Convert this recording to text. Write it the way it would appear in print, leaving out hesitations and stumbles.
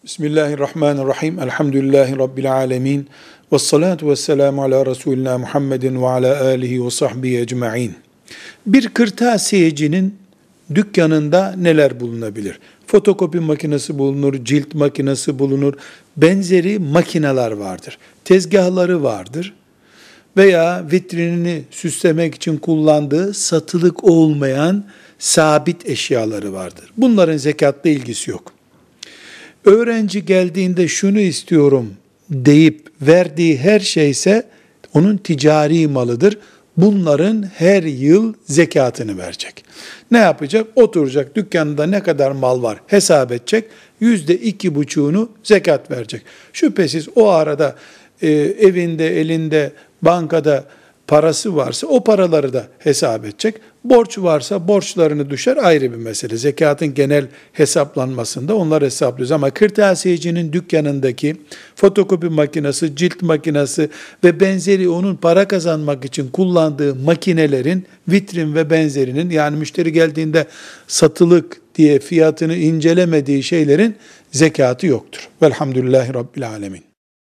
Bismillahirrahmanirrahim. Elhamdülillahi Rabbil alemin. Vessalatu vesselamu ala Resulina Muhammedin ve ala alihi ve sahbihi ecma'in. Bir kırtasiyecinin dükkanında neler bulunabilir? Fotokopi makinesi bulunur, cilt makinesi bulunur, benzeri makineler vardır. Tezgahları vardır veya vitrinini süslemek için kullandığı satılık olmayan sabit eşyaları vardır. Bunların zekatla ilgisi yok. Öğrenci geldiğinde şunu istiyorum deyip verdiği her şeyse onun ticari malıdır. Bunların her yıl zekatını verecek. Ne yapacak? Oturacak, dükkanında ne kadar mal var hesap edecek. %2,5'unu zekat verecek. Şüphesiz o arada evinde, elinde, bankada parası varsa o paraları da hesap edecek. Borç varsa borçlarını düşer, ayrı bir mesele. Zekatın genel hesaplanmasında onları hesaplıyoruz. Ama kırtasiyecinin dükkanındaki fotokopi makinesi, cilt makinesi ve benzeri onun para kazanmak için kullandığı makinelerin vitrin ve benzerinin, yani müşteri geldiğinde satılık diye fiyatını incelemediği şeylerin zekatı yoktur. Velhamdülillahi Rabbil alemin.